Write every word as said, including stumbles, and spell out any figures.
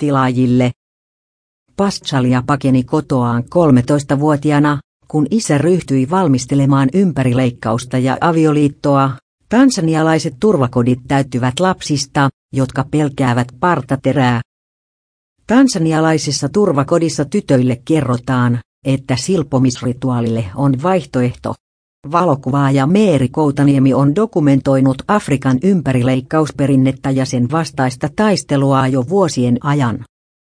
tilaajille. Paschalia pakeni kotoaan kolmetoistavuotiaana, kun isä ryhtyi valmistelemaan ympärileikkausta ja avioliittoa. Tansanialaiset turvakodit täyttyvät lapsista, jotka pelkäävät partaterää. Tansanialaisessa turvakodissa tytöille kerrotaan, että silpomisrituaalille on vaihtoehto. Valokuvaaja Meeri Koutaniemi on dokumentoinut Afrikan ympärileikkausperinnettä ja sen vastaista taistelua jo vuosien ajan.